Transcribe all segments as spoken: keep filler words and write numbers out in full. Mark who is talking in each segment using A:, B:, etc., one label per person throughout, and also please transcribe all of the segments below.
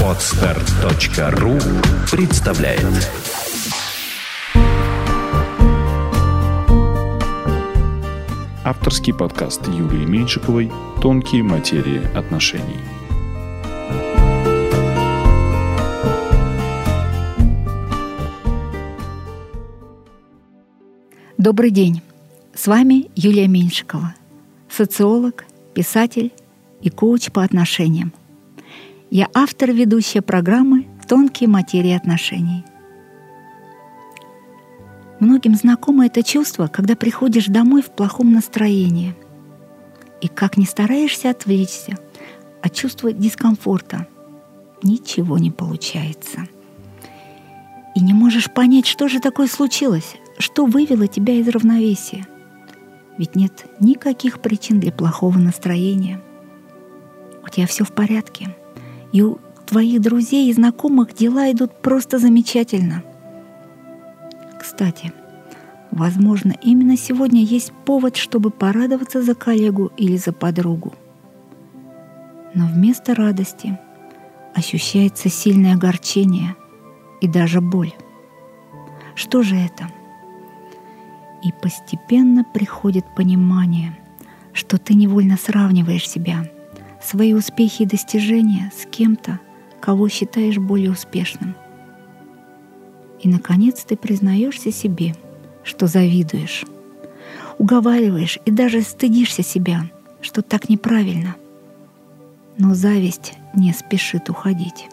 A: подстер точка ру представляет.
B: Авторский подкаст Юлии Меньшиковой «Тонкие материи отношений».
C: Добрый день! С вами Юлия Меньшикова, социолог, писатель и коуч по отношениям. Я автор и ведущая программы «Тонкие материи отношений». Многим знакомо это чувство, когда приходишь домой в плохом настроении. И как ни стараешься отвлечься от чувства дискомфорта, ничего не получается. И не можешь понять, что же такое случилось, что вывело тебя из равновесия. Ведь нет никаких причин для плохого настроения. У тебя все в порядке. И у твоих друзей и знакомых дела идут просто замечательно. Кстати, возможно, именно сегодня есть повод, чтобы порадоваться за коллегу или за подругу. Но вместо радости ощущается сильное огорчение и даже боль. Что же это? И постепенно приходит понимание, что ты невольно сравниваешь себя, свои успехи и достижения с кем-то, кого считаешь более успешным. И, наконец, ты признаешься себе, что завидуешь, уговариваешь и даже стыдишься себя, что так неправильно. Но зависть не спешит уходить.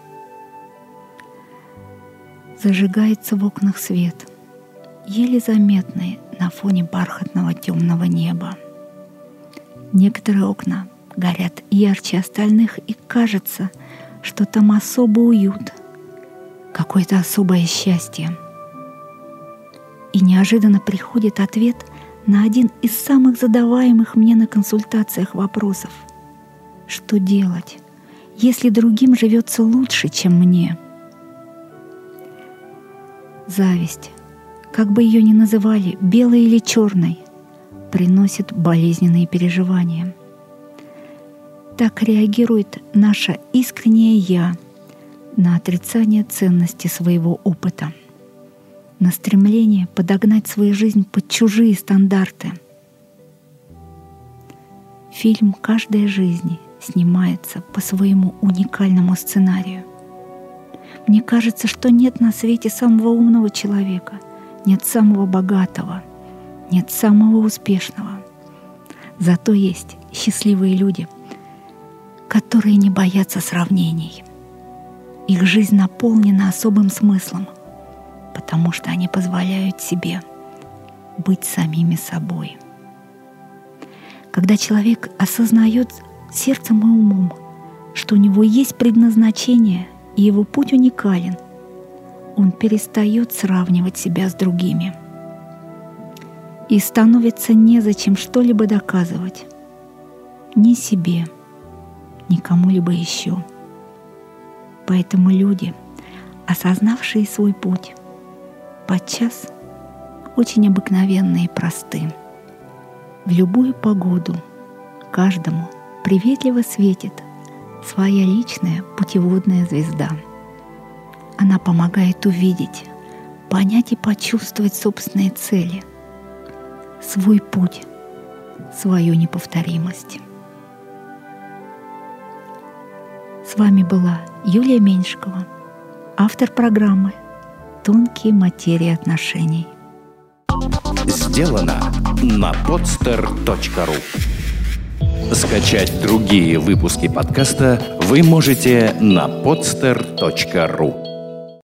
C: Зажигается в окнах свет, еле заметный на фоне бархатного темного неба. Некоторые окна горят ярче остальных, и кажется, что там особый уют, какое-то особое счастье. И неожиданно приходит ответ на один из самых задаваемых мне на консультациях вопросов. Что делать, если другим живется лучше, чем мне? Зависть, как бы ее ни называли, белой или черной, приносит болезненные переживания. Так реагирует наше искреннее «я» на отрицание ценности своего опыта, на стремление подогнать свою жизнь под чужие стандарты. Фильм «Каждая жизнь» снимается по своему уникальному сценарию. Мне кажется, что нет на свете самого умного человека, нет самого богатого, нет самого успешного. Зато есть счастливые люди, которые не боятся сравнений. Их жизнь наполнена особым смыслом, потому что они позволяют себе быть самими собой. Когда человек осознает сердцем и умом, что у него есть предназначение и его путь уникален, он перестает сравнивать себя с другими. И становится незачем что-либо доказывать. Ни себе, ни кому-либо еще. Поэтому люди, осознавшие свой путь, подчас очень обыкновенны и просты. В любую погоду каждому приветливо светит своя личная путеводная звезда. Она помогает увидеть, понять и почувствовать собственные цели, свой путь, свою неповторимость. С вами была Юлия Меньшикова, автор программы «Тонкие материи отношений».
A: Сделано на подстер точка ру. Скачать другие выпуски подкаста вы можете на подстер точка ру.